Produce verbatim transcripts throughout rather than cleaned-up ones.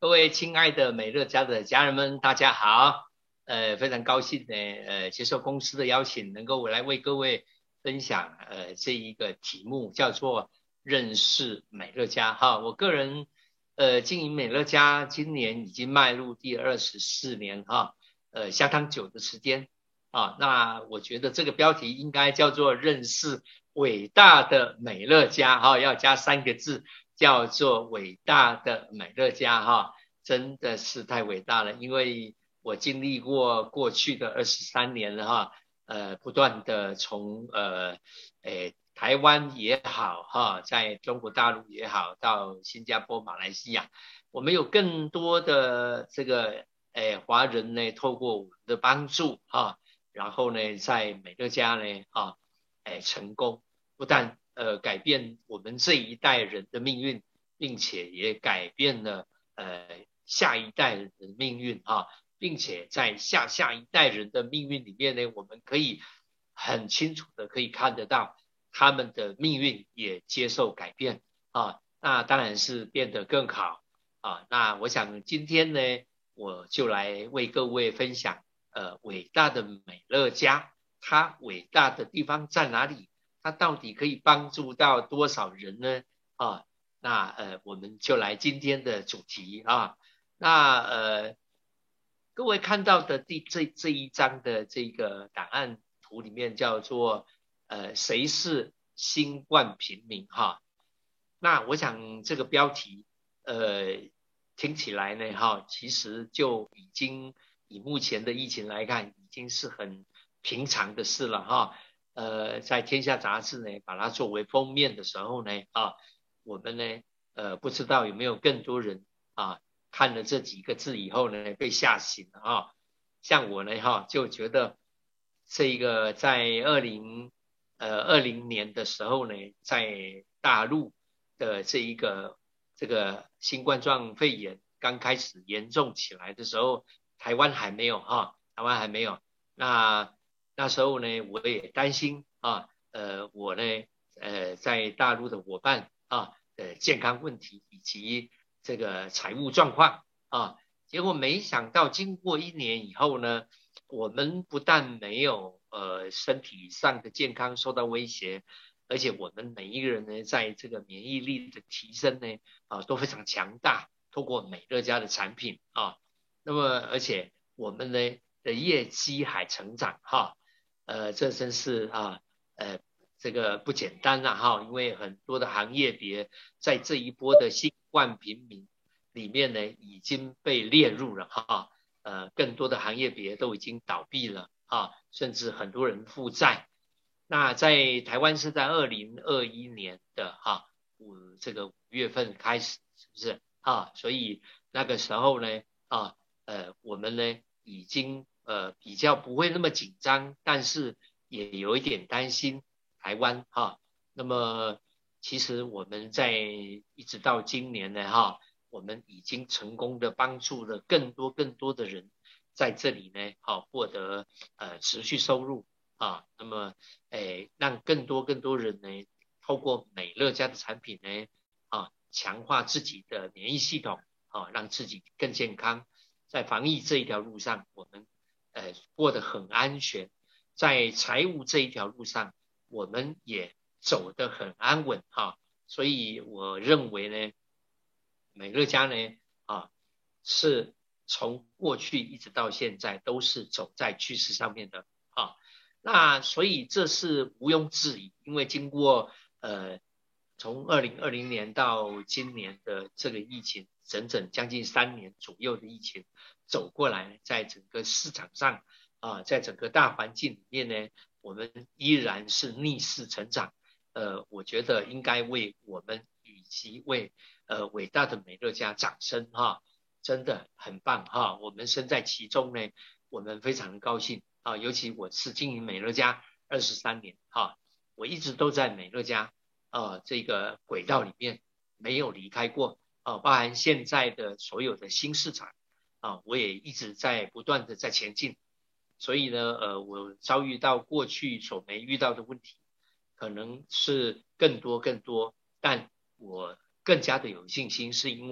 各位亲爱的美乐家的家人们，大家好！呃，非常高兴呢，呃，接受公司的邀请，能够来为各位分享呃这一个题目，叫做认识美乐家哈。我个人呃经营美乐家，今年已经迈入第二十四年哈，呃，相当久的时间啊。那我觉得这个标题应该叫做认识伟大的美乐家哈，要加三个字。叫做伟大的美乐家哈，真的是太伟大了，因为我经历过过去的二十三年了哈，呃，不断的从呃，诶台湾也好哈，在中国大陆也好，到新加坡、马来西亚，我们有更多的这个诶华人呢，透过我们的帮助哈，然后呢，在美乐家呢啊，诶成功，不但呃改变我们这一代人的命运，并且也改变了呃下一代人的命运哈，并且在下下一代人的命运里面呢，我们可以很清楚的可以看得到他们的命运也接受改变啊，那当然是变得更好啊。那我想今天呢，我就来为各位分享呃伟大的美乐家，它伟大的地方在哪里？它到底可以帮助到多少人呢？啊，那呃，我们就来今天的主题啊。那呃，各位看到的第这这一张的这个档案图里面叫做呃，谁是新冠平民哈？那我想这个标题呃听起来呢哈，其实就已经以目前的疫情来看，已经是很平常的事了哈。呃，在天下杂志呢，把它作为封面的时候呢，啊，我们呢，呃，不知道有没有更多人啊，看了这几个字以后呢，被吓醒了啊。像我呢，哈，就觉得这个在二零呃二零年的时候呢，在大陆的这一个这个新冠状肺炎刚开始严重起来的时候，台湾还没有哈，台湾还没有。那那时候呢，我也担心啊，呃，我呢，呃，在大陆的伙伴啊的健康问题以及这个财务状况啊，结果没想到经过一年以后呢，我们不但没有呃身体上的健康受到威胁，而且我们每一个人呢，在这个免疫力的提升呢，啊，都非常强大，通过美乐家的产品啊，那么而且我们呢的业绩还成长哈。呃，这真是啊，呃，这个不简单了哈，因为很多的行业别在这一波的新冠平民里面呢，已经被列入了哈，呃，更多的行业别都已经倒闭了啊，甚至很多人负债。那在台湾是在二零二一年的哈五这个五月份开始，是不是啊？所以那个时候呢啊，呃，我们呢已经呃比较不会那么紧张，但是也有一点担心台湾哈。那么其实我们在一直到今年呢哈，我们已经成功的帮助了更多更多的人在这里呢好获得呃持续收入啊。那么诶让更多更多人呢透过美乐家的产品呢啊强化自己的免疫系统啊，让自己更健康。在防疫这一条路上，我们呃过得很安全；在财务这一条路上，我们也走得很安稳哈。所以我认为呢，美乐家呢啊是从过去一直到现在都是走在趋势上面的啊。那所以这是毋庸置疑，因为经过呃从二零二零年到今年的这个疫情，整整将近三年左右的疫情走过来，在整个市场上啊，在整个大环境里面呢，我们依然是逆势成长。呃，我觉得应该为我们以及为呃伟大的美乐家掌声哈，真的很棒哈，我们身在其中呢，我们非常高兴啊，尤其我是经营美乐家二十三年哈，我一直都在美乐家呃这个轨道里面没有离开过啊，包含现在的所有的新市场啊，我也一直在不断的在前进，所以呢呃我遭遇到过去所没遇到的问题，可能是更多更多，但我更加的有信心，是因为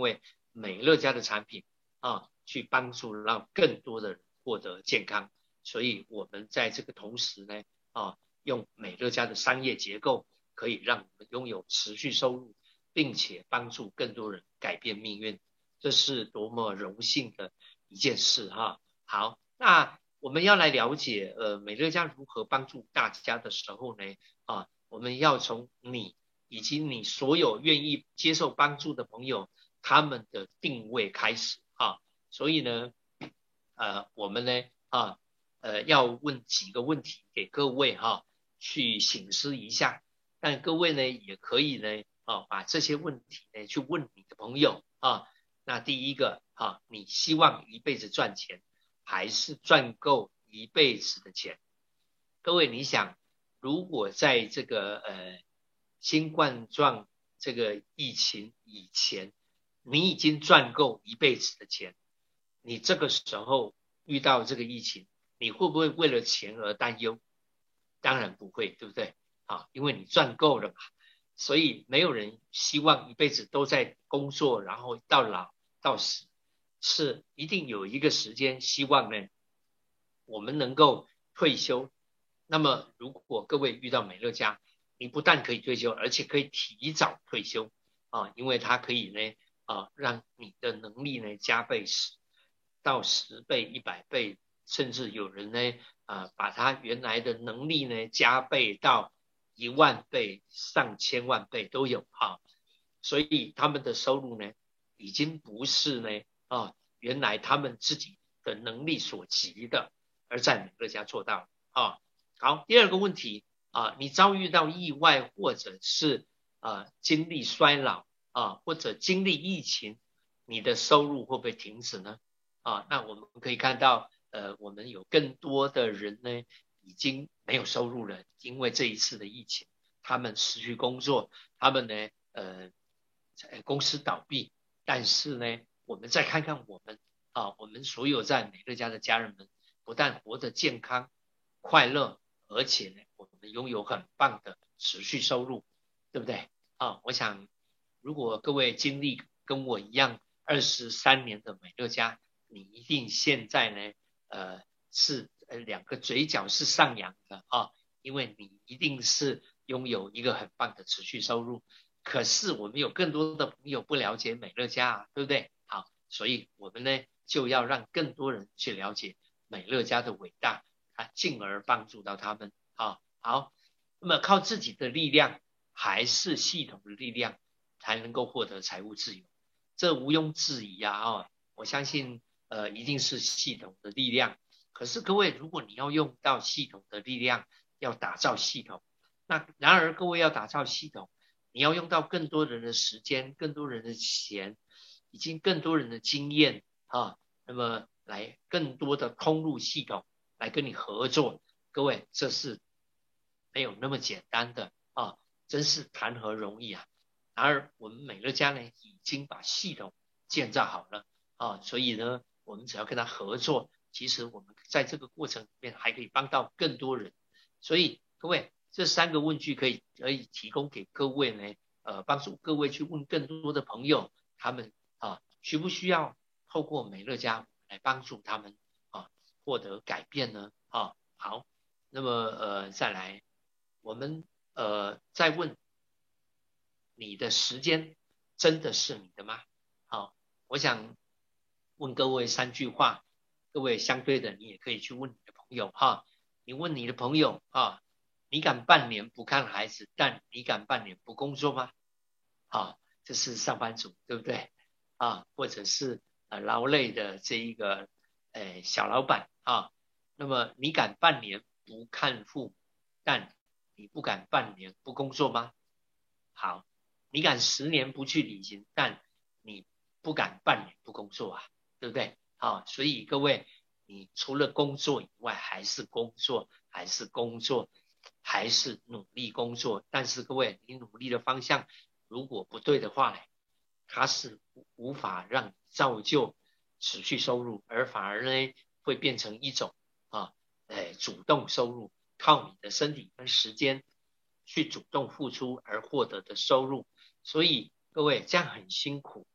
美乐家的产品啊，去帮助让更多的人获得健康。所以我们在这个同时呢，啊，用美乐家的商业结构，可以让我们拥有持续收入，并且帮助更多人改变命运，这是多么荣幸的一件事哈。好，那我们要来了解呃美乐家如何帮助大家的时候呢，啊，我们要从你以及你所有愿意接受帮助的朋友他们的定位开始啊。所以呢，呃，我们呢啊。呃，要问几个问题给各位哈，去省思一下。但各位呢，也可以呢，啊，把这些问题呢去问你的朋友啊。那第一个啊，你希望一辈子赚钱，还是赚够一辈子的钱？各位，你想，如果在这个呃新冠状这个疫情以前，你已经赚够一辈子的钱，你这个时候遇到这个疫情，你会不会为了钱而担忧？当然不会，对不对？啊，因为你赚够了嘛。所以没有人希望一辈子都在工作，然后到老到死，是一定有一个时间，希望呢，我们能够退休。那么如果各位遇到美乐家，你不但可以退休，而且可以提早退休啊，因为它可以呢啊让你的能力呢加倍十到十倍、一百倍。甚至有人呢，啊，把他原来的能力呢加倍到一万倍、上千万倍都有哈、啊，所以他们的收入呢，已经不是呢，啊，原来他们自己的能力所及的，而在美乐家做到啊。好，第二个问题啊，你遭遇到意外，或者是啊经历衰老啊，或者经历疫情，你的收入会不会停止呢？啊，那我们可以看到。呃，我们有更多的人呢，已经没有收入了，因为这一次的疫情，他们失去工作，他们呢，呃，公司倒闭。但是呢，我们再看看我们啊，我们所有在美乐家的家人们，不但活得健康、快乐，而且呢，我们拥有很棒的持续收入，对不对？啊，我想，如果各位经历跟我一样二十三年的美乐家，你一定现在呢。呃，是呃两个嘴角是上扬的啊，因为你一定是拥有一个很棒的持续收入。可是我们有更多的朋友不了解美乐家啊，对不对？好，所以我们呢就要让更多人去了解美乐家的伟大，啊，进而帮助到他们啊。好，那么靠自己的力量还是系统的力量才能够获得财务自由，这毋庸置疑啊！啊，我相信。呃，一定是系统的力量。可是各位，如果你要用到系统的力量，要打造系统，那然而各位要打造系统，你要用到更多人的时间、更多人的钱，以及更多人的经验啊，那么来更多的通路系统来跟你合作。各位，这是没有那么简单的啊，真是谈何容易啊！然而我们美乐家呢，已经把系统建造好了啊，所以呢。我们只要跟他合作，其实我们在这个过程里面还可以帮到更多人。所以各位，这三个问句可以可以提供给各位呢，呃，帮助各位去问更多的朋友，他们啊需不需要透过美乐家来帮助他们啊获得改变呢？啊，好，那么呃再来，我们呃再问，你的时间真的是你的吗？好，我想。问各位三句话，各位相对的，你也可以去问你的朋友哈。你问你的朋友啊，你敢半年不看孩子，但你敢半年不工作吗？啊，这是上班族，对不对？啊，或者是呃劳累的这一个呃小老板啊，那么你敢半年不看父母，但你不敢半年不工作吗？好，你敢十年不去旅行，但你不敢半年不工作啊？对不对？好，所以各位，你除了工作以外，还是工作，还是工作，还是努力工作。但是各位，你努力的方向如果不对的话呢，它是无法让你造就持续收入，而反而呢会变成一种啊，哎，主动收入，靠你的身体跟时间去主动付出而获得的收入。所以各位，这样很辛苦。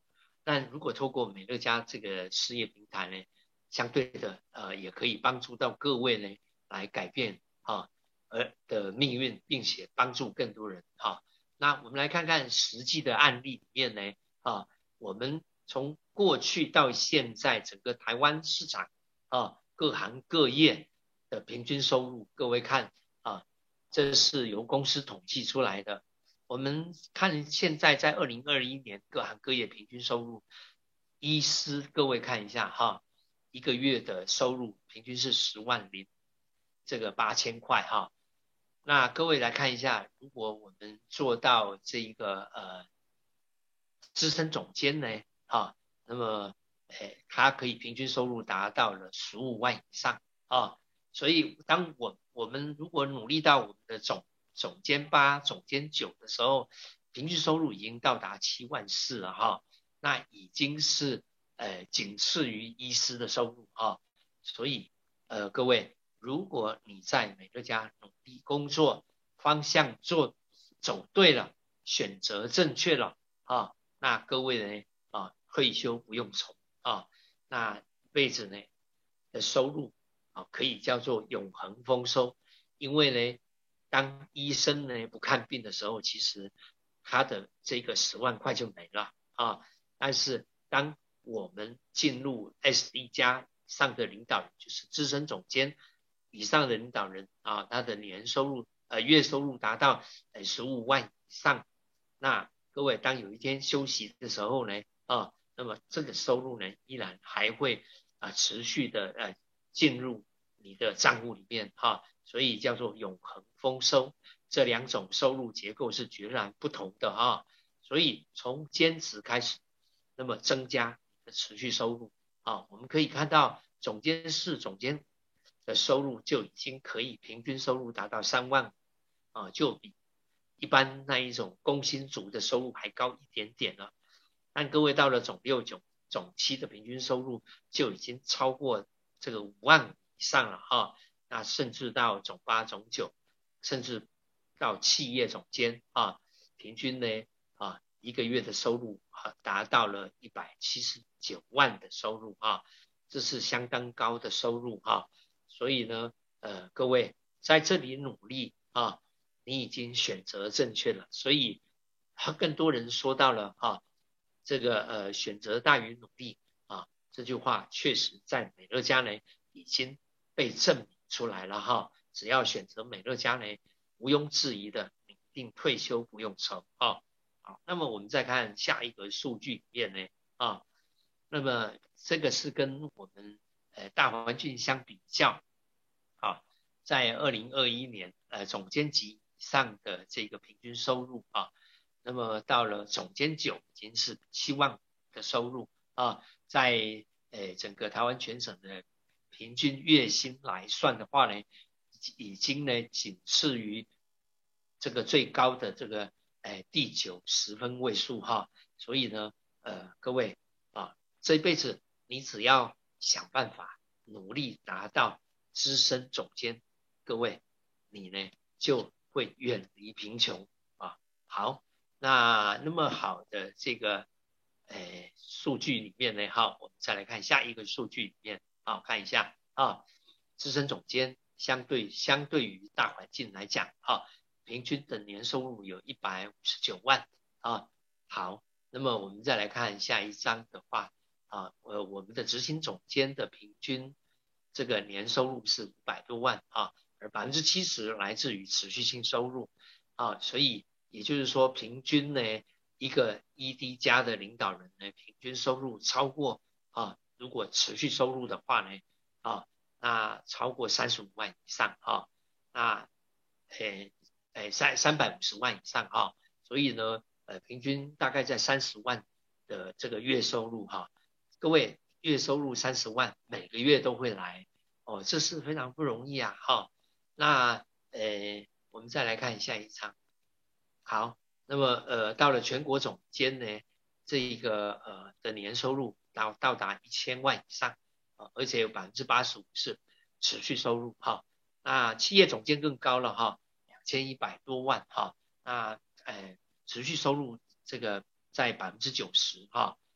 但如果透过美乐家这个事业平台呢，相对的呃也可以帮助到各位呢来改变啊而的命运，并且帮助更多人啊。那我们来看看实际的案例里面呢啊，我们从过去到现在整个台湾市场啊各行各业的平均收入，各位看啊，这是由公司统计出来的。我们看现在在二零二一年各行各业平均收入，医师各位看一下哈，一个月的收入平均是十万零这个八千块哈。那各位来看一下，如果我们做到这一个呃资深总监呢，哈，那么诶他可以平均收入达到了十五万以上啊。所以当我我们如果努力到我们的总总监八、总监九的时候，平均收入已经到达七万四了哈，那已经是呃仅次于医师的收入哈。所以呃各位，如果你在美乐家努力工作，方向做走对了，选择正确了啊，那各位呢啊退休不用愁啊，那一辈子呢的收入啊可以叫做永恒丰收，因为呢。当医生呢不看病的时候，其实他的这个十万块就没了啊。但是当我们进入 S D 加上的领导人，就是资深总监以上的领导人啊，他的年收入呃月收入达到呃十五万以上，那各位当有一天休息的时候呢啊，那么这个收入呢依然还会啊持续的呃进入你的账户里面哈。所以叫做永恒丰收，这两种收入结构是截然不同的啊。所以从兼职开始，那么增加的持续收入啊，我们可以看到总监室总监的收入就已经可以平均收入达到三万啊，就比一般那一种工薪族的收入还高一点点了。但各位到了总六总总七的平均收入就已经超过这个五万以上了哈。那甚至到总八、总九，甚至到企业总监啊，平均呢啊一个月的收入啊达到了一百七十九万的收入啊，这是相当高的收入啊。所以呢，呃，各位在这里努力啊，你已经选择正确了。所以更多人说到了啊，这个呃选择大于努力啊，这句话确实在美乐家呢已经被证明出来了哈，只要选择美乐家呢，毋庸置疑的，你一定退休不用愁啊。好，那么我们再看下一个数据里面呢啊，那么这个是跟我们呃大环境相比较啊，在二零二一年呃总监级以上的这个平均收入啊，那么到了总监九已经是七万的收入啊，在呃整个台湾全省的平均月薪来算的话呢，已经呢仅次于这个最高的这个呃第九十分位数哈。所以呢呃各位啊，这一辈子你只要想办法努力达到资深总监，各位你呢就会远离贫穷啊。好，那那么好的这个呃数据里面呢，好，我们再来看下一个数据里面。好，看一下啊，资深总监相对相对于大环境来讲啊，平均的年收入有一百五十九万啊。好，那么我们再来看下一张的话啊，呃，我们的执行总监的平均这个年收入是五百多万啊，而百分之七十来自于持续性收入啊，所以也就是说，平均呢一个 E D 加的领导人呢，平均收入超过啊。如果持续收入的话呢，啊，那超过三十五万以上啊，那呃呃三三百五十万以上啊，所以呢，呃，平均大概在三十万的这个月收入哈、啊，各位月收入三十万，每个月都会来哦，这是非常不容易啊哈、啊。那呃，我们再来看下一张，好，那么呃，到了全国总监呢，这一个呃的年收入。到到达一千万以上啊，而且有百分之八十五是持续收入哈。那企业总监更高了哈，两千一百多万哈。那呃持续收入这个在百分之九十哈。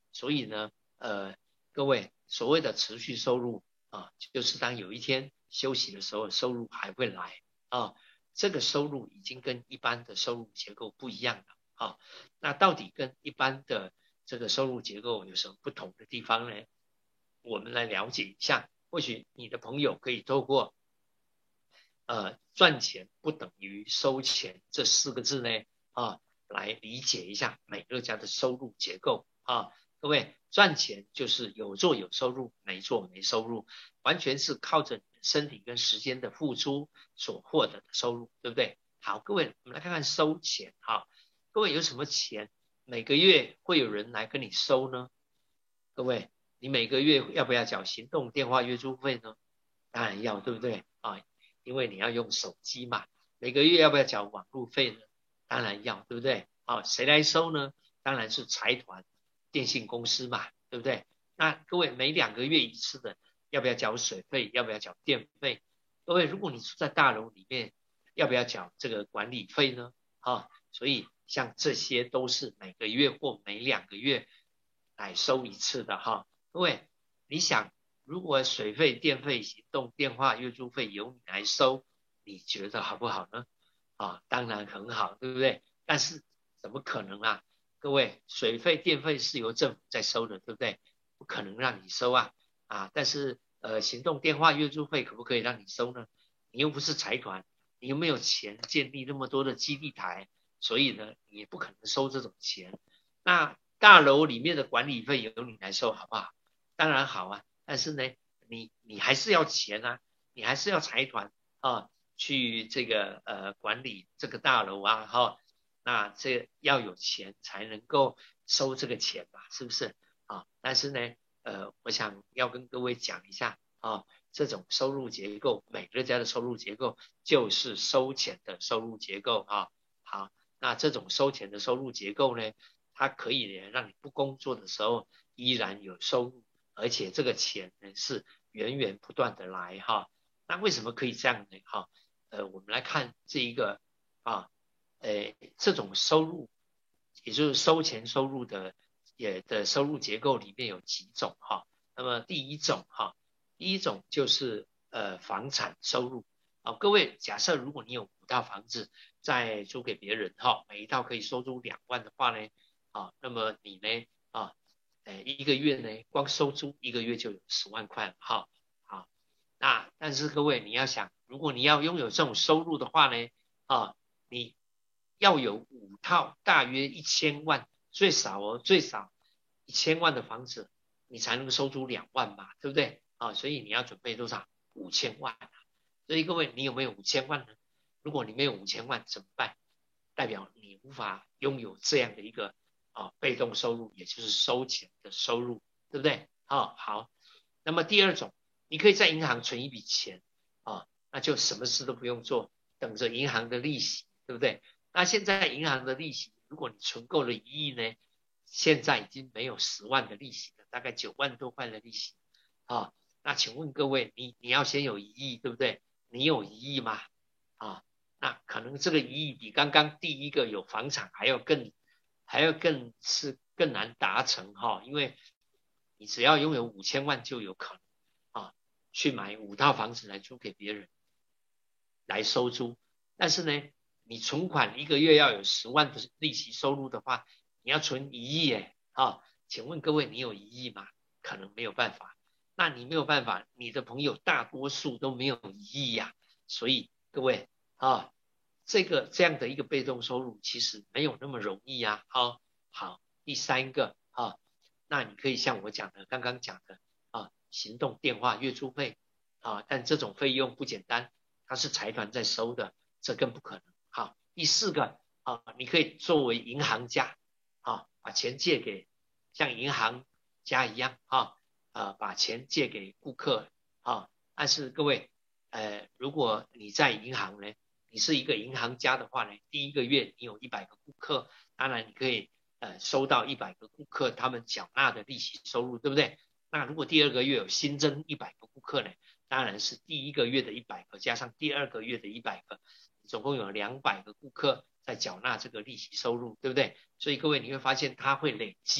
所以呢，呃，各位所谓的持续收入啊，就是当有一天休息的时候，收入还会来啊。这个收入已经跟一般的收入结构不一样了啊。那到底跟一般的这个收入结构有什么不同的地方呢？我们来了解一下。或许你的朋友可以透过呃赚钱不等于收钱这四个字呢啊，来理解一下美乐家的收入结构啊。各位，赚钱就是有做有收入，没做没收入，完全是靠着你的身体跟时间的付出所获得的收入，对不对？好，各位，我们来看看收钱哈。各位有什么钱每个月会有人来跟你收呢？各位，你每个月要不要缴行动电话月租费呢？当然要，对不对啊？因为你要用手机嘛。每个月要不要缴网路费呢？当然要，对不对？啊，谁来收呢？当然是财团、电信公司嘛，对不对？那各位每两个月一次的，要不要缴水费？要不要缴电费？各位，如果你住在大楼里面，要不要缴这个管理费呢？啊，所以像这些都是每个月或每两个月来收一次的哈。各位，你想，如果水费、电费、行动电话、月租费由你来收，你觉得好不好呢？啊，当然很好，对不对？但是怎么可能啊？各位，水费、电费是由政府在收的，对不对？不可能让你收啊啊！但是呃，行动电话、月租费可不可以让你收呢？你又不是财团，你又没有钱建立那么多的基地台，所以呢，你也不可能收这种钱。那大楼里面的管理费由你来收，好不好？当然好啊，但是呢，你你还是要钱啊，你还是要财团啊，去这个呃管理这个大楼啊，哈，那这要有钱才能够收这个钱吧，是不是啊？但是呢，呃，我想要跟各位讲一下啊，这种收入结构，美乐家的收入结构就是收钱的收入结构啊。好，那这种收钱的收入结构呢，它可以让你不工作的时候依然有收入，而且这个钱呢是源源不断的来哈。那为什么可以这样呢？哈，呃，我们来看这一个啊，呃，这种收入，也就是收钱收入的也的收入结构里面有几种哈。那么第一种哈，第一种就是呃房产收入。好，各位，假设如果你有五套房子再租给别人哈，每一套可以收租两万的话呢，啊，那么你呢啊，呃一个月呢光收租一个月就有十万块哈。好，那但是各位你要想，如果你要拥有这种收入的话呢，啊，你要有五套大约一千万，最少哦最少一千万的房子，你才能收租两万嘛，对不对？啊，所以你要准备多少？五千万。所以各位，你有没有五千万呢？如果你没有五千万怎么办？代表你无法拥有这样的一个啊被动收入，也就是收钱的收入，对不对？啊，好。那么第二种，你可以在银行存一笔钱啊，那就什么事都不用做，等着银行的利息，对不对？那现在银行的利息，如果你存够了一亿呢，现在已经没有十万的利息了，大概九万多块的利息啊。那请问各位，你你要先有一亿，对不对？你有一亿吗？啊，那可能这个一亿比刚刚第一个有房产还要更还要更是更难达成哈，因为你只要拥有五千万就有可能啊去买五套房子来租给别人来收租，但是呢，你存款一个月要有十万的利息收入的话，你要存一亿诶啊，请问各位你有一亿吗？可能没有办法。那你没有办法，你的朋友大多数都没有一亿呀，所以各位啊，这个这样的一个被动收入其实没有那么容易呀。好，好，第三个啊，那你可以像我讲的，刚刚讲的啊，行动电话月租费啊，但这种费用不简单，它是财团在收的，这更不可能。好，第四个啊，你可以作为银行家啊，把钱借给像银行家一样啊。呃，把钱借给顾客啊，但是各位，呃，如果你在银行呢，你是一个银行家的话呢，第一个月你有一百个顾客，当然你可以呃收到一百个顾客他们缴纳的利息收入，对不对？那如果第二个月有新增一百个顾客呢，当然是第一个月的一百个加上第二个月的一百个，总共有两百个顾客在缴纳这个利息收入，对不对？所以各位你会发现它会累积啊。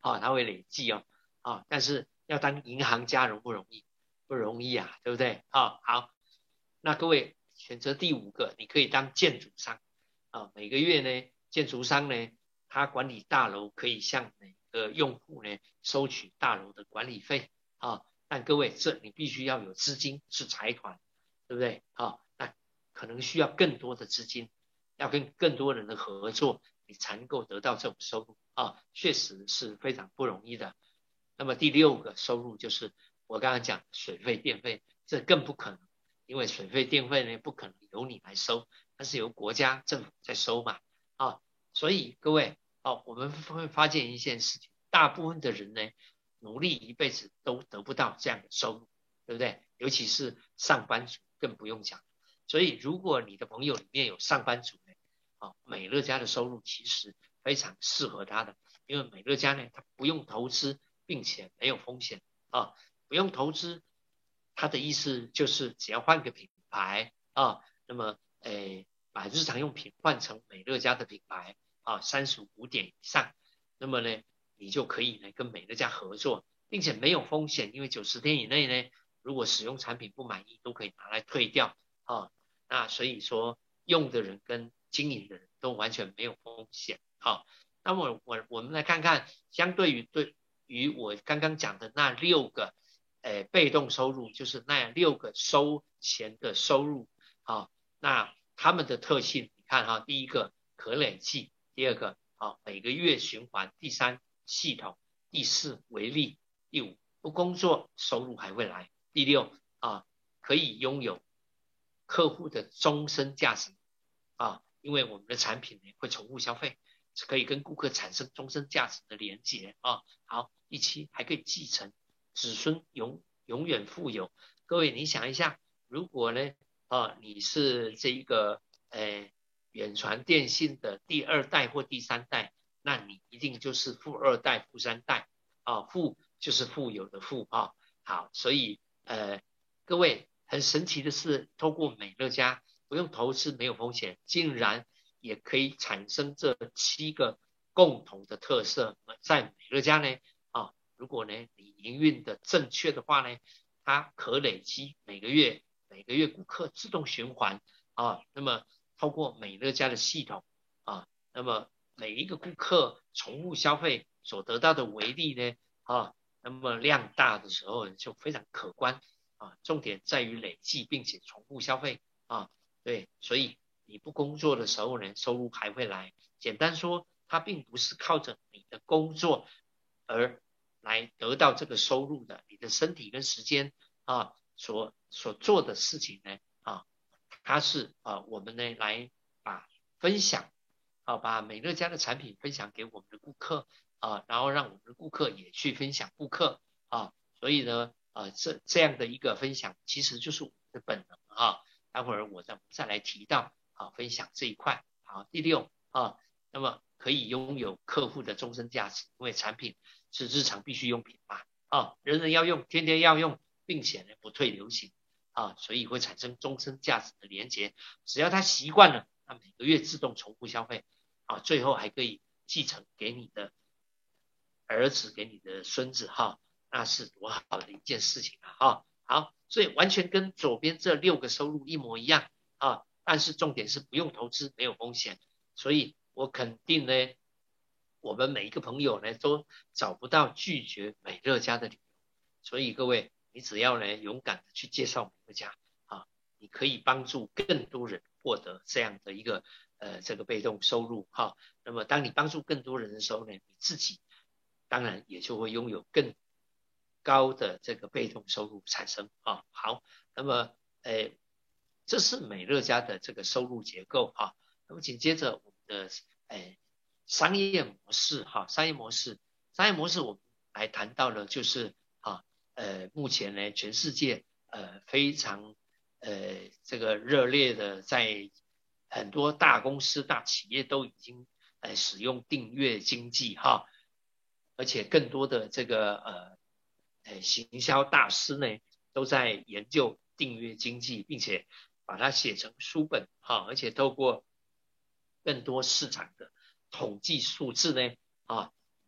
啊，它会累计哦，啊，但是要当银行家容不容易？不容易啊，对不对？啊，好，那各位选择第五个，你可以当建筑商啊，每个月呢，建筑商呢，他管理大楼可以向每个用户呢收取大楼的管理费啊，但各位这你必须要有资金，是财团，对不对？啊，那可能需要更多的资金，要跟更多人的合作，你才能够得到这种收入啊，确实是非常不容易的。那么第六个收入就是我刚刚讲水费电费，这更不可能，因为水费电费呢不可能由你来收，它是由国家政府在收嘛啊，所以各位哦，我们会发现一件事情，大部分的人呢努力一辈子都得不到这样的收入，对不对？尤其是上班族更不用讲。所以如果你的朋友里面有上班族呢，啊，美乐家的收入其实非常适合他的，因为美乐家呢它不用投资，并且没有风险啊，不用投资，它的意思就是只要换个品牌啊，那么诶把日常用品换成美乐家的品牌啊，三十五点以上，那么呢你就可以呢跟美乐家合作，并且没有风险，因为九十天以内呢，如果使用产品不满意，都可以拿来退掉啊。那所以说用的人跟经营的人都完全没有风险啊。那么我我们来看看，相对于对于我刚刚讲的那六个，诶被动收入，就是那六个收钱的收入啊，那他们的特性，你看哈，第一个可累计，第二个啊每个月循环，第三系统，第四为例，第五不工作收入还会来，第六啊可以拥有客户的终身价值啊，因为我们的产品呢会重复消费，是可以跟顾客产生终身价值的连结啊。好，第七还可以继承，子孙永永远富有。各位你想一下，如果呢啊你是这一个呃远传电信的第二代或第三代，那你一定就是富二代、富三代啊，富就是富有的富啊。好，所以呃各位很神奇的是，透过美乐家不用投资，没有风险，竟然也可以产生这七个共同的特色。在美乐家呢啊，如果呢你营运的正确的话呢，它可累积每个月每个月顾客自动循环啊，那么透过美乐家的系统啊，那么每一个顾客重复消费所得到的微利呢啊，那么量大的时候就非常可观啊，重点在于累计并且重复消费啊，对，所以你不工作的时候呢，收入还会来。简单说，它并不是靠着你的工作而来得到这个收入的，你的身体跟时间啊所所做的事情呢啊，它是啊我们呢来把分享啊把美乐家的产品分享给我们的顾客啊，然后让我们的顾客也去分享顾客啊，所以呢呃这这样的一个分享其实就是我们的本能啊。待会儿我再再来提到啊分享这一块。好，第六啊，那么可以拥有客户的终身价值，因为产品是日常必需用品嘛啊，人人要用，天天要用，并且呢不退流行啊，所以会产生终身价值的连结。只要他习惯了，他每个月自动重复消费啊，最后还可以继承给你的儿子，给你的孙子哈，那是多好的一件事情啊哈。好，所以完全跟左边这六个收入一模一样啊，但是重点是不用投资，没有风险，所以我肯定呢，我们每一个朋友呢都找不到拒绝美乐家的理由。所以各位，你只要呢勇敢的去介绍美乐家啊，你可以帮助更多人获得这样的一个呃这个被动收入哈。那么当你帮助更多人的时候呢，你自己当然也就会拥有更高的这个被动收入产生啊。好，那么呃，这是美乐家的这个收入结构啊。那么紧接着我们的呃商业模式哈，商业模式，商业模式我们来谈到了就是啊呃目前呢全世界呃非常呃这个热烈的在很多大公司大企业都已经呃使用订阅经济哈。而且更多的这个呃呃行销大师呢，都在研究订阅经济，并且把它写成书本哈，而且透过更多市场的统计数字呢啊，已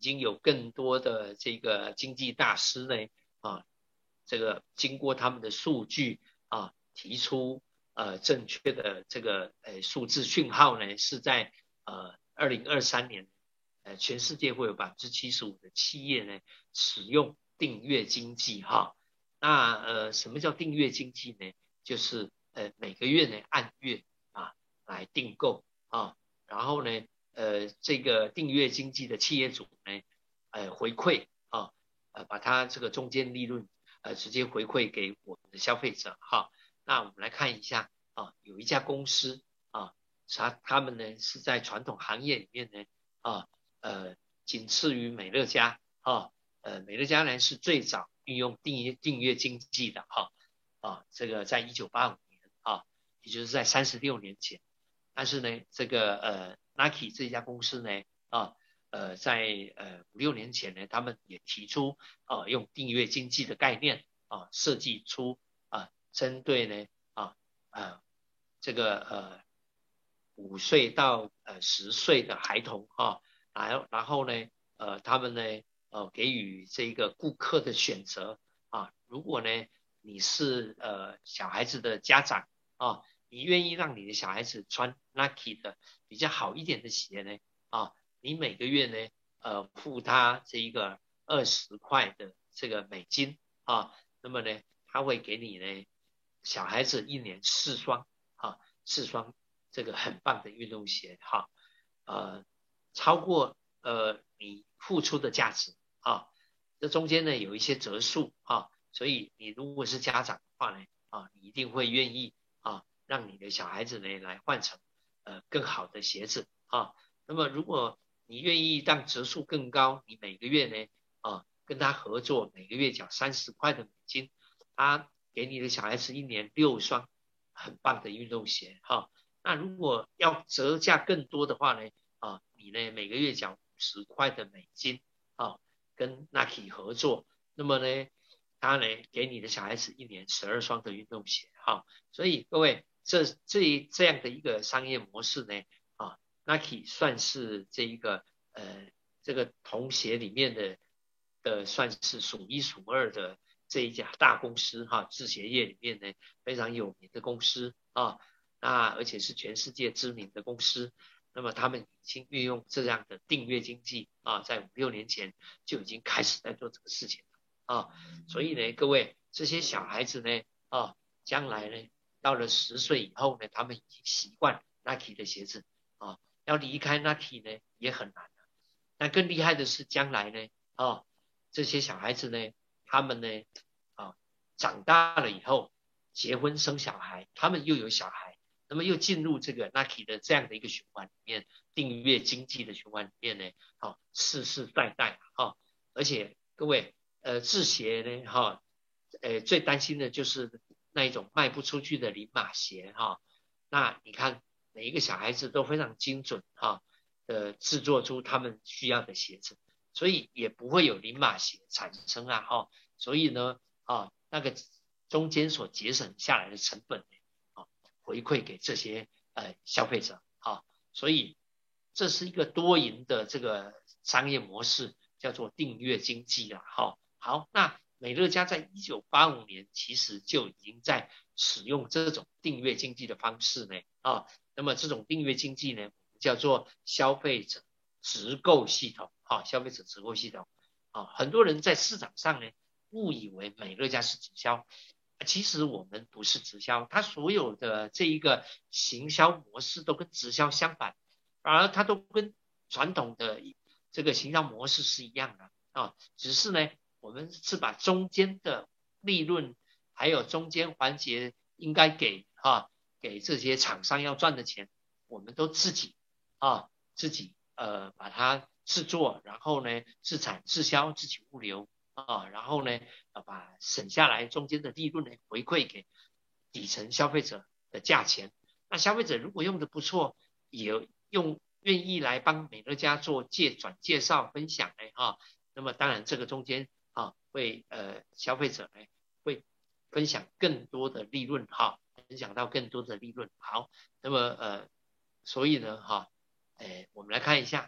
经有更多的这个经济大师呢啊，这个经过他们的数据啊，提出呃正确的这个呃数字讯号呢，是在呃二零二三年，呃全世界会有百分之七十五的企业呢使用订阅经济哈。那呃什么叫订阅经济呢？就是呃每个月呢按月啊来订购啊，然后呢呃这个订阅经济的企业主呢呃回馈啊呃把它这个中间利润呃直接回馈给我们的消费者哈。那我们来看一下啊，有一家公司啊，他他们呢是在传统行业里面呢啊呃仅次于美乐家啊，呃美乐家呢是最早运用订阅订阅经济的哈啊，这个在一九八五年啊，也就是在三十六年前。但是呢，这个呃 Nike 这家公司呢啊呃在呃五六年前呢，他们也提出啊用订阅经济的概念啊设计出啊针对呢啊呃这个呃五岁到呃十岁的孩童啊，然然后呢呃他们呢呃给予这个顾客的选择啊，如果呢你是呃小孩子的家长啊，你愿意让你的小孩子穿 Nike 的比较好一点的鞋呢啊，你每个月呢呃付他这一个二十块的这个美金啊，那么呢他会给你呢小孩子一年四双啊四双这个很棒的运动鞋哈，呃超过呃你付出的价值啊，这中间呢有一些折数啊，所以你如果是家长的话呢啊，你一定会愿意啊让你的小孩子呢来换成呃更好的鞋子啊。那么如果你愿意让折数更高，你每个月呢啊跟他合作，每个月缴三十块的美金，他给你的小孩子一年六双很棒的运动鞋哈。那如果要折价更多的话呢啊，你呢每个月缴五十块的美金啊，跟 Nike 合作，那么呢他呢给你的小孩子一年十二双的运动鞋哈。所以各位这这这样的一个商业模式呢啊 Nike 算是这一个呃这个童鞋里面的的算是数一数二的这一家大公司哈，制鞋业里面呢非常有名的公司啊，那而且是全世界知名的公司。那么他们已经运用这样的订阅经济啊，在五六年前就已经开始在做这个事情了啊。所以呢，各位这些小孩子呢啊，将来呢到了十岁以后呢，他们已经习惯 Nike 的鞋子啊，要离开 Nike 呢也很难了。那更厉害的是，将来呢啊，这些小孩子呢，他们呢啊长大了以后结婚生小孩，他们又有小孩。那么又进入这个 Nike 的这样的一个循环里面，订阅经济的循环里面呢，好，世世代代哈，而且各位呃制鞋呢哈，呃最担心的就是那一种卖不出去的零码鞋哈，那你看每一个小孩子都非常精准哈，呃制作出他们需要的鞋子，所以也不会有零码鞋产生啊哈，所以呢啊那个中间所节省下来的成本呢。回馈给这些呃消费者啊，所以这是一个多赢的这个商业模式，叫做订阅经济啦。哈，好，那美乐家在一九八五年其实就已经在使用这种订阅经济的方式呢啊，那么这种订阅经济呢叫做消费者直购系统啊，消费者直购系统啊，很多人在市场上呢误以为美乐家是直销。其实我们不是直销，它所有的这一个行销模式都跟直销相反，反而它都跟传统的这个行销模式是一样的啊，只是呢，我们是把中间的利润还有中间环节应该给啊给这些厂商要赚的钱，我们都自己啊自己呃把它制作，然后呢自产自销自己物流。啊，然后呢，啊，把省下来中间的利润呢回馈给底层消费者的价钱。那消费者如果用的不错，也用愿意来帮美乐家做介转介绍分享呢，啊，那么当然这个中间啊会呃消费者呢会分享更多的利润哈，分享到更多的利润。好，那么呃所以呢哈，哎我们来看一下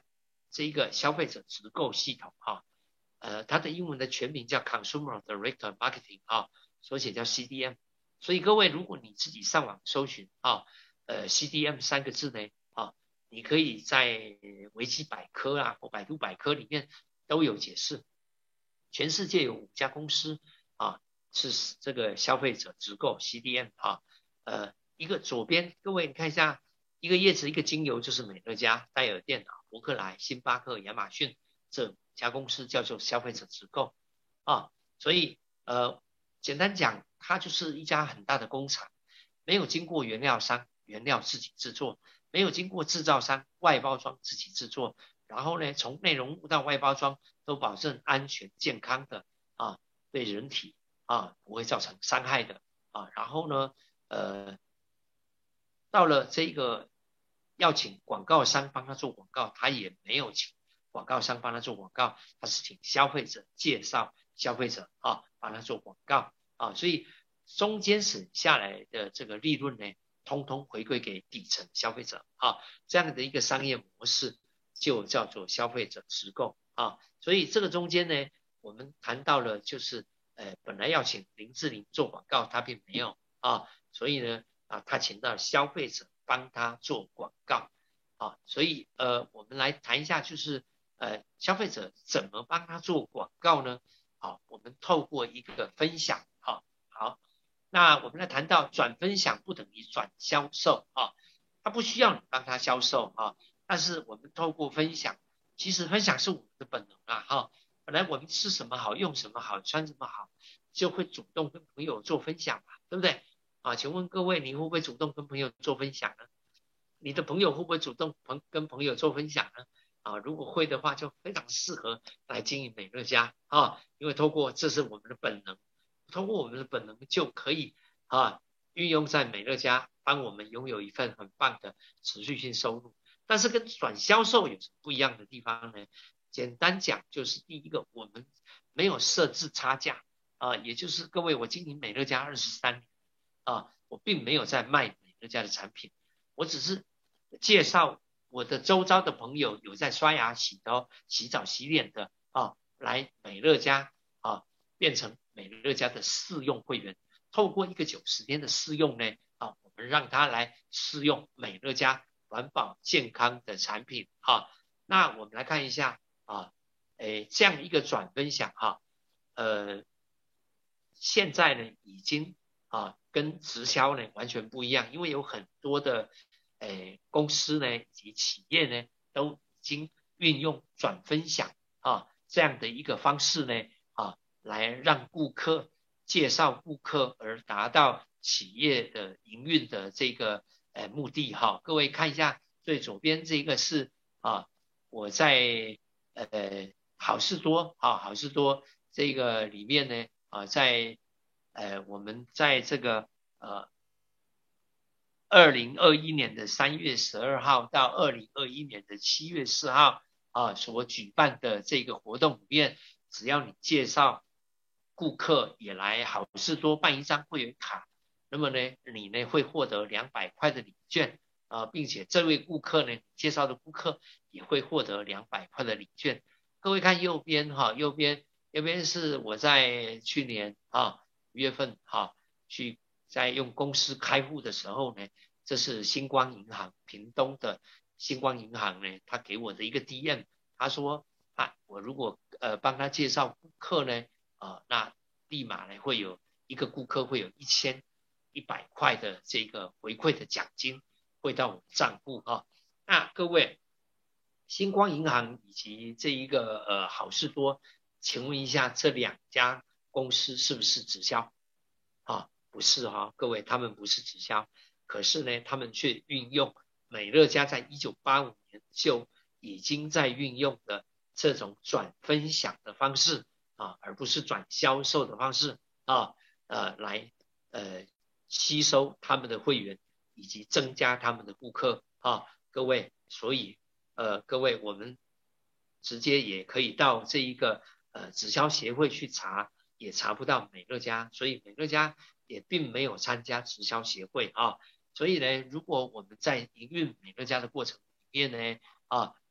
这个消费者直购系统哈，呃，它的英文的全名叫 Consumer Direct Marketing 啊，缩写叫 C D M。所以各位，如果你自己上网搜寻啊，呃 C D M 三个字呢，啊，你可以在维基百科啊或百度百科里面都有解释。全世界有五家公司啊，是这个消费者直购 C D M 啊，呃，一个左边各位你看一下，一个叶子一个精油就是美乐家、戴尔电脑、伯克莱、星巴克、亚马逊这五家公司叫做消费者直购啊，所以呃，简单讲，它就是一家很大的工厂，没有经过原料商，原料自己制作，没有经过制造商外包装自己制作，然后呢，从内容物到外包装都保证安全健康的啊，对人体啊不会造成伤害的啊，然后呢，呃，到了这个要请广告商帮他做广告，他也没有请广告商帮他做广告，他是请消费者介绍消费者啊帮他做广告啊，所以中间省下来的这个利润呢，通通回归给底层消费者啊，这样的一个商业模式就叫做消费者直购啊，所以这个中间呢，我们谈到了就是呃本来要请林志玲做广告，他并没有啊，所以呢啊他请到消费者帮他做广告啊，所以呃我们来谈一下就是呃消费者怎么帮他做广告呢？好，我们透过一个分享啊，好，那我们来谈到转分享不等于转销售啊，他不需要你帮他销售啊，但是我们透过分享，其实分享是我们的本能啊哈，本来我们吃什么好，用什么好，穿什么好，就会主动跟朋友做分享嘛，对不对？啊，请问各位，你会不会主动跟朋友做分享呢？你的朋友会不会主动朋跟朋友做分享呢？啊，如果会的话，就非常适合来经营美乐家啊，因为透过这是我们的本能，通过我们的本能就可以啊运用在美乐家，帮我们拥有一份很棒的持续性收入。但是跟转销售有什么不一样的地方呢？简单讲，就是第一个，我们没有设置差价啊，也就是各位，我经营美乐家二十三年啊，我并没有在卖美乐家的产品，我只是介绍我的周遭的朋友有在刷牙、洗头、洗澡、洗脸的啊，来美乐家啊，变成美乐家的试用会员。透过一个九十天的试用呢，啊，我们让他来试用美乐家环保健康的产品啊。那我们来看一下啊，诶，这样一个转分享哈，呃，现在呢已经啊跟直销呢完全不一样，因为有很多的诶公司呢以及企业呢都已经运用转分享啊这样的一个方式呢啊来让顾客介绍顾客而达到企业的营运的这个呃目的哈。各位看一下最左边这个是啊我在呃好事多啊好事多这个里面呢啊在呃我们在这个呃二零二一年的三月十二号到二零二一年的七月四号啊所举办的这个活动里面，只要你介绍顾客也来好事多办一张会员卡，那么呢你呢会获得两百块的礼券啊，并且这位顾客呢介绍的顾客也会获得两百块的礼券。各位看右边哈，右边右边是我在去年啊五月份哈去在用公司开户的时候呢，这是星光银行屏东的星光银行呢，他给我的一个 D M， 他说啊我如果呃帮他介绍顾客呢啊那立马呢会有一个顾客会有一千一百块的这个回馈的奖金汇到我的账户啊。那各位，星光银行以及这一个呃好事多，请问一下这两家公司是不是直销？啊，不是哈、哦，各位，他们不是直销，可是呢，他们却运用美乐家在一九八五年就已经在运用的这种转分享的方式啊，而不是转销售的方式啊，呃，来呃吸收他们的会员以及增加他们的顾客啊，各位，所以呃，各位，我们直接也可以到这一个呃直销协会去查，也查不到美乐家，所以美乐家也并没有参加直销协会啊。所以呢，如果我们在营运美乐家的过程里面呢，啊，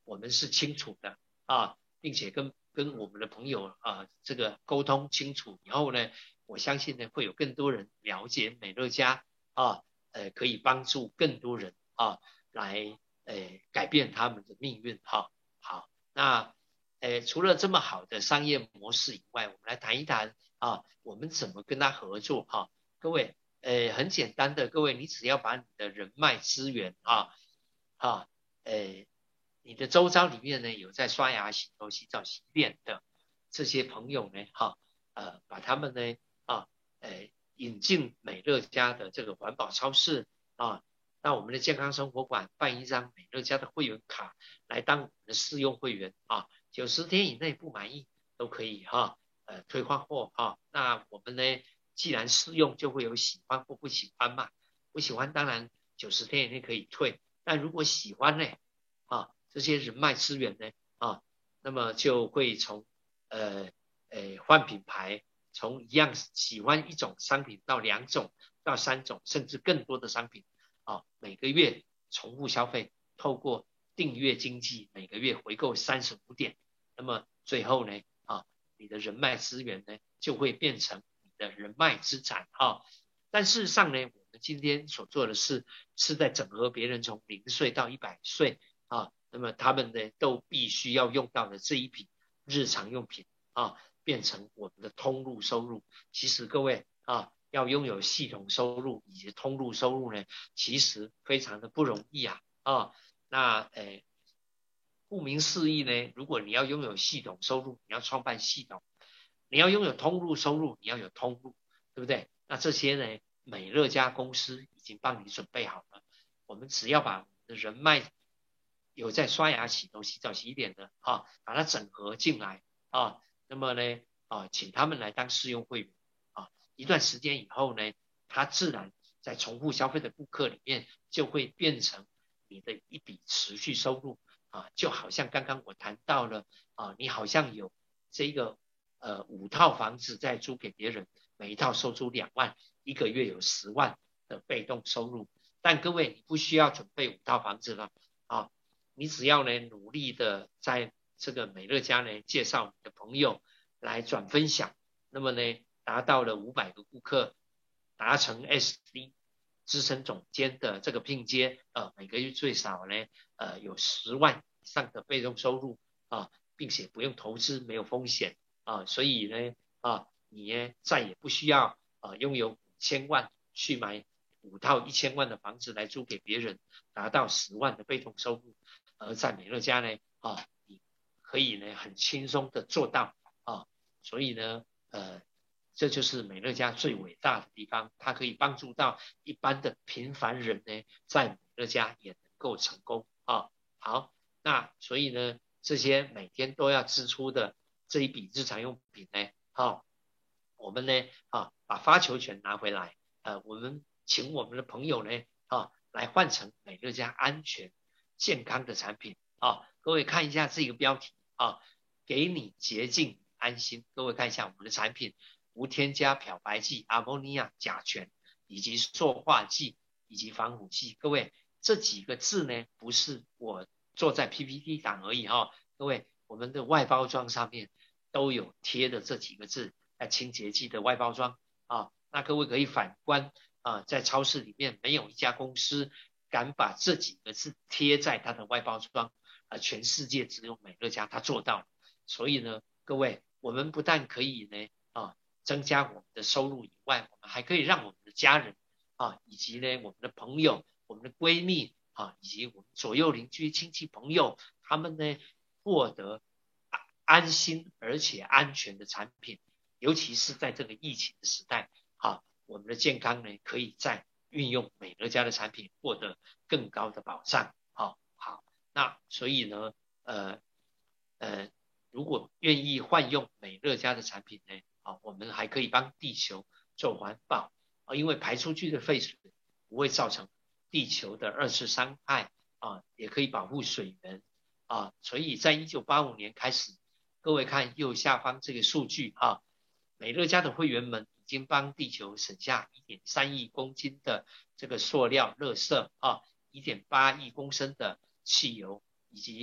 我们是清楚的啊，并且跟跟我们的朋友啊这个沟通清楚以后呢，我相信呢会有更多人了解美乐家啊，呃可以帮助更多人啊来呃改变他们的命运哈。好，那呃除了这么好的商业模式以外，我们来谈一谈啊，我们怎么跟他合作哈。各位，呃很简单的，各位你只要把你的人脉资源啊啊呃你的周遭里面呢有在刷牙、洗头、洗澡、洗脸的这些朋友呢，哈，呃，把他们呢，啊，呃，引进美乐家的这个环保超市啊，到我们的健康生活馆办一张美乐家的会员卡，来当我们的试用会员啊，九十天以内不满意都可以哈，呃，退换货哈。那我们呢，既然试用就会有喜欢或不喜欢嘛，不喜欢当然九十天以内可以退，但如果喜欢呢，啊。这些人脉资源呢，啊，那么就会从呃呃换品牌，从一样喜欢一种商品到两种到三种，甚至更多的商品，啊，每个月重复消费，透过订阅经济，每个月回购三十五点，那么最后呢，啊，你的人脉资源呢就会变成你的人脉资产啊。但事实上呢，我们今天所做的事是在整合别人从零岁到一百岁啊。那么他们呢都必须要用到的这一笔日常用品啊，变成我们的通路收入。其实各位啊，要拥有系统收入以及通路收入呢，其实非常的不容易啊啊。那呃，顾名思义呢，如果你要拥有系统收入，你要创办系统；你要拥有通路收入，你要有通路，对不对？那这些呢，美乐家公司已经帮你准备好了，我们只要把我们的人脉有在刷牙、洗头、洗澡、洗脸的啊，把它整合进来啊，那么呢啊，请他们来当试用会员啊，一段时间以后呢，他自然在重复消费的顾客里面就会变成你的一笔持续收入啊，就好像刚刚我谈到了啊，你好像有这个呃五套房子在租给别人，每一套收租两万，一个月有十万的被动收入。但各位，你不需要准备五套房子了啊。你只要呢努力的在这个美乐家呢介绍你的朋友来转分享，那么呢达到了五百个顾客，达成 S D 资深总监的这个聘阶，呃每个月最少呢呃有十万以上的被动收入啊，并且不用投资，没有风险啊，所以呢啊你呢再也不需要啊拥有五千万去买五套一千万的房子来租给别人，达到十万的被动收入。而在美乐家呢，啊，你可以呢很轻松的做到啊，所以呢，呃，这就是美乐家最伟大的地方，它可以帮助到一般的平凡人呢，在美乐家也能够成功啊。好，那所以呢，这些每天都要支出的这一笔日常用品呢，啊，我们呢，啊，把发球权拿回来，呃，我们请我们的朋友呢，啊，来换成美乐家安全健康的产品啊，各位看一下这个标题啊，给你洁净安心。各位看一下我们的产品，无添加漂白剂、阿莫尼亚、甲醛以及塑化剂以及防腐剂。各位这几个字呢，不是我做在 P P T 档而已哈、哦，各位我们的外包装上面都有贴的这几个字，呃，清洁剂的外包装啊。那各位可以反观啊，在超市里面没有一家公司敢把这几个字贴在它的外包装，呃，全世界只有美乐家它做到了。所以呢，各位，我们不但可以呢啊增加我们的收入以外，我们还可以让我们的家人啊，以及呢我们的朋友、我们的闺蜜啊，以及我们左右邻居、亲戚朋友，他们呢获得安心而且安全的产品，尤其是在这个疫情的时代，啊，我们的健康呢可以在运用美乐家的产品获得更高的保障。好，好，那所以呢，呃呃，如果愿意换用美乐家的产品呢，啊，我们还可以帮地球做环保啊，因为排出去的废水不会造成地球的二次伤害啊，也可以保护水源啊，所以在一九八五年开始，各位看右下方这个数据啊，美乐家的会员们已经帮地球省下 一点三亿公斤的这个塑料垃圾啊， 一点八亿公升的汽油，以及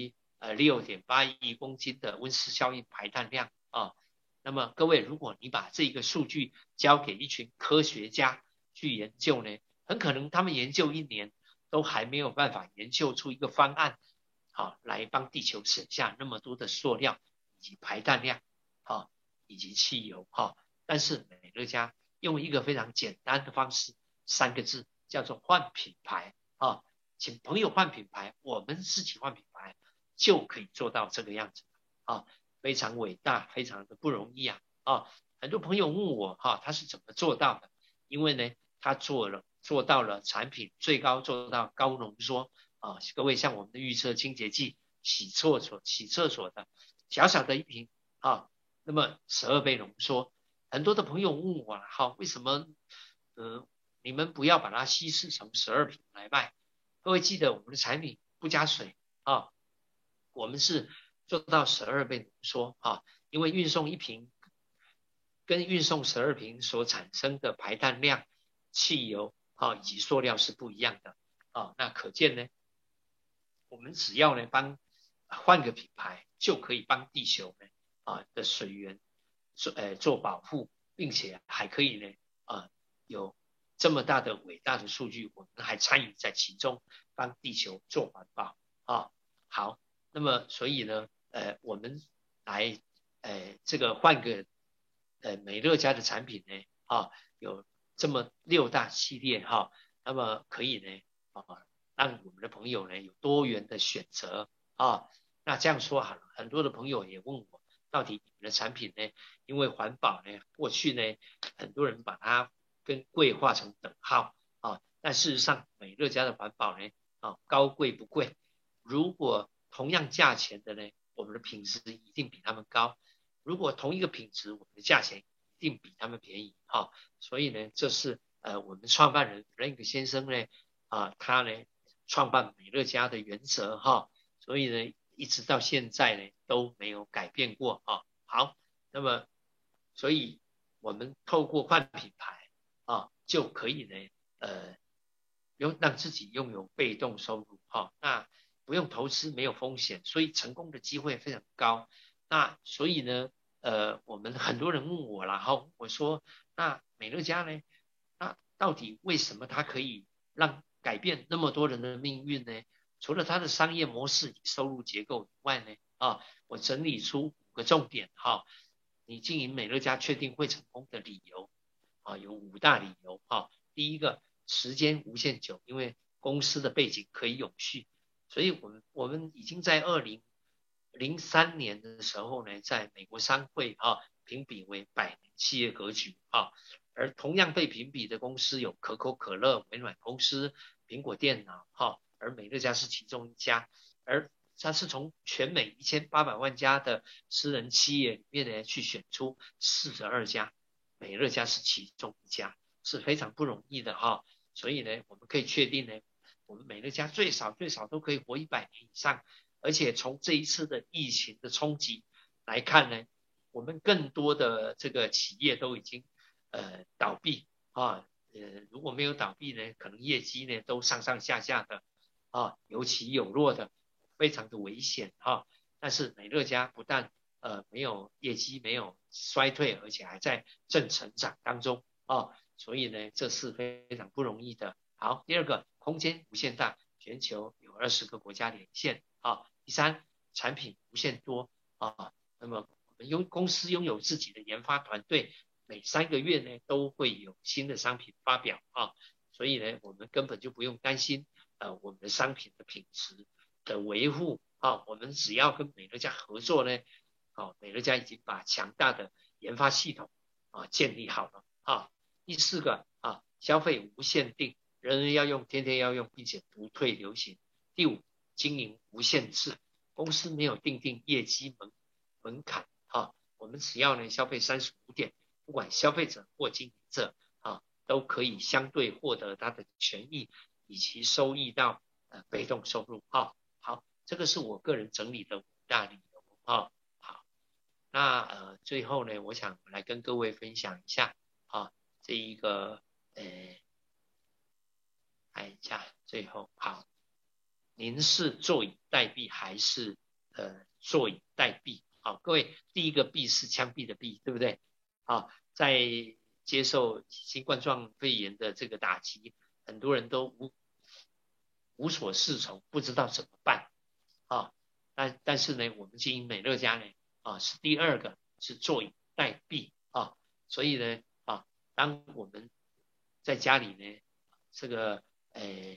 呃六点八亿公斤的温室效应排碳量啊。那么各位，如果你把这个数据交给一群科学家去研究呢，很可能他们研究一年都还没有办法研究出一个方案，好、啊、来帮地球省下那么多的塑料以及排碳量，好、啊、以及汽油哈、啊。但是美乐家用一个非常简单的方式，三个字叫做换品牌啊，请朋友换品牌，我们自己换品牌就可以做到这个样子啊。非常伟大，非常的不容易啊！啊，很多朋友问我哈、啊，他是怎么做到的？因为呢，他做了做到了产品最高做到高浓缩啊。各位像我们的预测清洁剂、洗厕所、洗厕所的小小的一瓶啊，那么十二倍浓缩。很多的朋友问我了哈、啊，为什么呃你们不要把它稀释成十二瓶来卖？各位记得我们的产品不加水啊，我们是做到十二倍浓缩啊，因为运送一瓶跟运送十二瓶所产生的排碳量、汽油啊以及塑料是不一样的啊。那可见呢，我们只要呢帮换个品牌，就可以帮地球呢啊的水源做呃做保护，并且还可以呢啊有这么大的伟大的数据，我们还参与在其中，帮地球做环保啊。好。那么所以呢，呃，我们来，呃，这个换个，呃，美乐家的产品呢，啊，有这么六大系列哈、啊，那么可以呢，啊，让我们的朋友呢有多元的选择啊。那这样说好了，很多的朋友也问我，到底你们的产品呢，因为环保呢，过去呢，很多人把它跟贵画成等号啊，但事实上，美乐家的环保呢，啊，高贵不贵，如果同样价钱的呢，我们的品质一定比他们高。如果同一个品质，我们的价钱一定比他们便宜哈、哦。所以呢，这是呃我们创办人 Frank 先生呢啊、呃，他呢创办美乐家的原则哈、哦。所以呢，一直到现在呢都没有改变过啊、哦。好，那么所以我们透过换品牌啊、哦，就可以呢呃，拥让自己拥有被动收入哈、哦。那不用投资，没有风险，所以成功的机会非常高。那所以呢，呃，我们很多人问我了哈，我说那美乐家呢，那到底为什么它可以让改变那么多人的命运呢？除了它的商业模式与收入结构以外呢，啊，我整理出五个重点哈，你经营美乐家确定会成功的理由啊，有五大理由哈。第一个，时间无限久，因为公司的背景可以永续。所以我们我们已经在二零零三年的时候呢，在美国商会啊评比为百年企业格局啊，而同样被评比的公司有可口可乐、微软公司、苹果电脑哈，而美乐家是其中一家，而它是从全美一千八百万家的私人企业里面呢去选出四十二家，美乐家是其中一家，是非常不容易的哈。所以呢，我们可以确定呢。我们美乐家最少最少都可以活一百年以上，而且从这一次的疫情的冲击来看呢，我们更多的这个企业都已经呃倒闭啊，呃如果没有倒闭呢，可能业绩呢都上上下下的啊，有起有落的，非常的危险哈、啊。但是美乐家不但呃没有业绩没有衰退，而且还在正成长当中啊，所以呢这是非常不容易的。好，第二个，空间无限大，全球有二十个国家连线啊。第三，产品无限多啊。那么我们拥公司拥有自己的研发团队，每三个月呢都会有新的商品发表啊。所以呢，我们根本就不用担心呃我们的商品的品质的维护啊。我们只要跟美乐家合作呢，啊，美乐家已经把强大的研发系统啊建立好了啊。第四个啊，消费无限定。人人要用，天天要用，并且不退流行。第五，经营无限制，公司没有定定业绩门门槛啊，我们只要呢消费三十五点，不管消费者或经营者啊，都可以相对获得他的权益以及收益到呃被动收入啊。好，这个是我个人整理的五大理由啊。好，那呃最后呢，我想来跟各位分享一下啊这一个呃。看一下，最后好，您是坐以待毙还是呃坐以待毙。好，各位，第一个毙是枪毙的毙，对不对？啊，在接受新冠状肺炎的这个打击，很多人都无无所适从，不知道怎么办啊。但但是呢，我们经营美乐家呢，啊是第二个是坐以待毙啊。所以呢，啊，当我们在家里呢，这个呃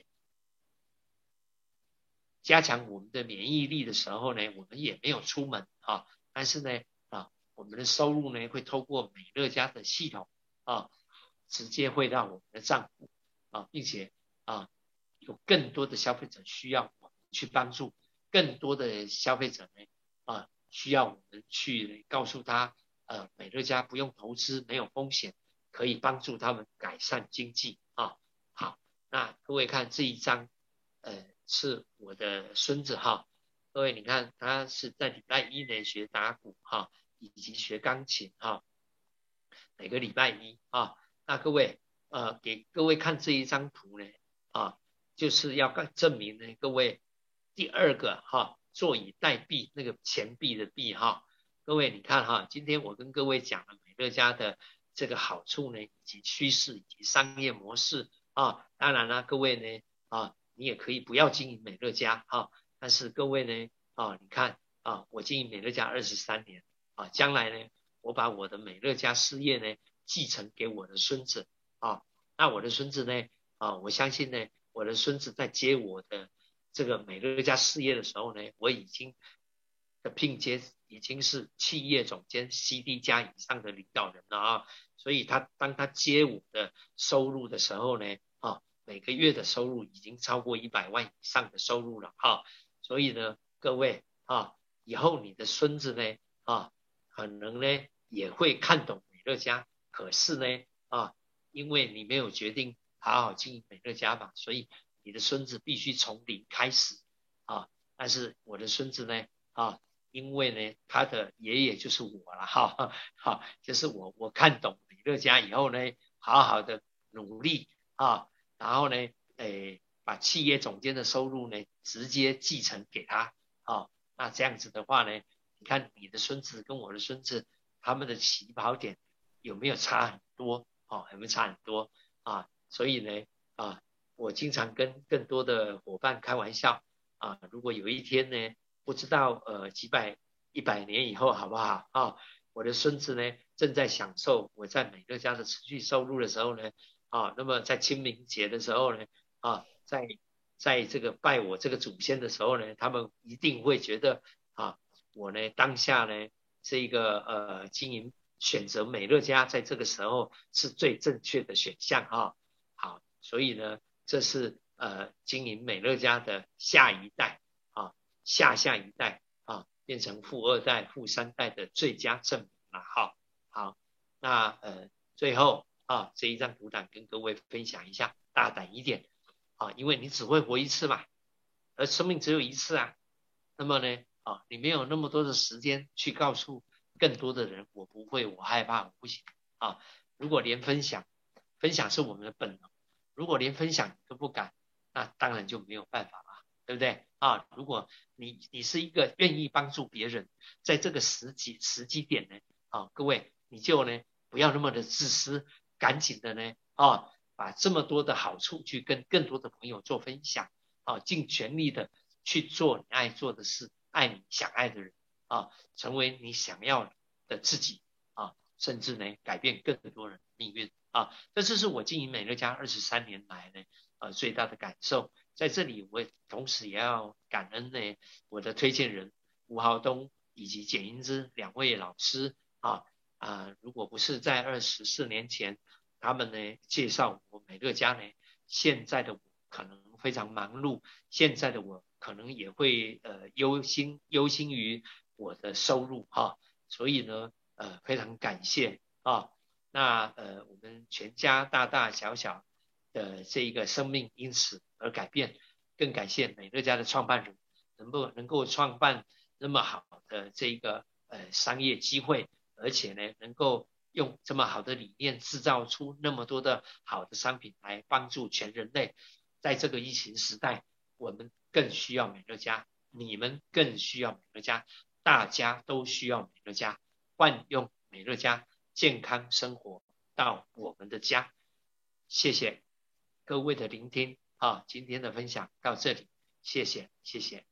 加强我们的免疫力的时候呢，我们也没有出门啊，但是呢，啊，我们的收入呢会透过美乐家的系统啊，直接会到我们的账户啊，并且啊，有更多的消费者需要我们去帮助，更多的消费者呢啊，需要我们去告诉他，呃，美乐家不用投资，没有风险，可以帮助他们改善经济啊。好，那各位看这一张，呃。是我的孙子哈，各位你看他是在礼拜一呢学打鼓哈，以及学钢琴哈，每个礼拜一啊，那各位呃给各位看这一张图呢啊，就是要证明呢各位第二个哈，坐以待毙那个钱币的币哈，各位你看哈，今天我跟各位讲了美乐家的这个好处呢，以及趋势以及商业模式啊，当然了各位呢啊。你也可以不要经营美乐家啊，但是各位呢啊，你看啊，我经营美乐家二十三年啊，将来呢，我把我的美乐家事业呢继承给我的孙子啊，那我的孙子呢啊，我相信呢，我的孙子在接我的这个美乐家事业的时候呢，我已经的聘接已经是企业总监 C D 加以上的领导人了啊，所以他当他接我的收入的时候呢啊。每个月的收入已经超过一百万以上的收入了哈，所以呢，各位啊，以后你的孙子呢啊，可能呢也会看懂美乐家，可是呢啊，因为你没有决定好好经营美乐家嘛，所以你的孙子必须从零开始啊。但是我的孙子呢啊，因为呢他的爷爷就是我了哈，哈，就是我我看懂美乐家以后呢，好好的努力啊。然后呢，诶，把企业总监的收入呢直接继承给他，啊，那这样子的话呢，你看你的孙子跟我的孙子他们的起跑点有没有差很多？哦，有没有差很多啊？所以呢，啊，我经常跟更多的伙伴开玩笑啊，如果有一天呢，不知道呃几百一百年以后好不好啊？我的孙子呢正在享受我在美乐家的持续收入的时候呢。啊，那么在清明节的时候呢，啊，在在这个拜我这个祖先的时候呢，他们一定会觉得啊，我呢当下呢这个呃经营选择美乐家在这个时候是最正确的选项啊。好，所以呢，这是呃经营美乐家的下一代啊，下下一代啊，变成富二代、富三代的最佳证明了哈。好，那呃最后。啊，这一张图档跟各位分享一下，大胆一点啊，因为你只会活一次嘛，而生命只有一次啊。那么呢，啊，你没有那么多的时间去告诉更多的人，我不会，我害怕，我不行啊。如果连分享，分享是我们的本能，如果连分享都不敢，那当然就没有办法了，对不对啊？如果你你是一个愿意帮助别人，在这个时机时机点呢，啊，各位你就呢不要那么的自私。赶紧的呢啊，把这么多的好处去跟更多的朋友做分享啊，尽全力的去做你爱做的事，爱你想爱的人啊，成为你想要的自己啊，甚至呢改变更多人的命运啊。这就是我经营美乐家二十三年来呢呃最大的感受。在这里我同时也要感恩呢我的推荐人吴豪东以及简英之两位老师啊。啊、呃，如果不是在二十四年前，他们呢介绍我美乐家呢，现在的我可能非常忙碌，现在的我可能也会呃忧心忧心于我的收入哈、啊，所以呢呃非常感谢啊，那呃我们全家大大小小的这一个生命因此而改变，更感谢美乐家的创办人能够能够创办那么好的这一个呃商业机会。而且呢，能够用这么好的理念制造出那么多的好的商品来帮助全人类，在这个疫情时代，我们更需要美乐家你们更需要美乐家，大家都需要美乐家，换用美乐家，健康生活到我们的家。谢谢各位的聆听啊，今天的分享到这里，谢谢谢谢。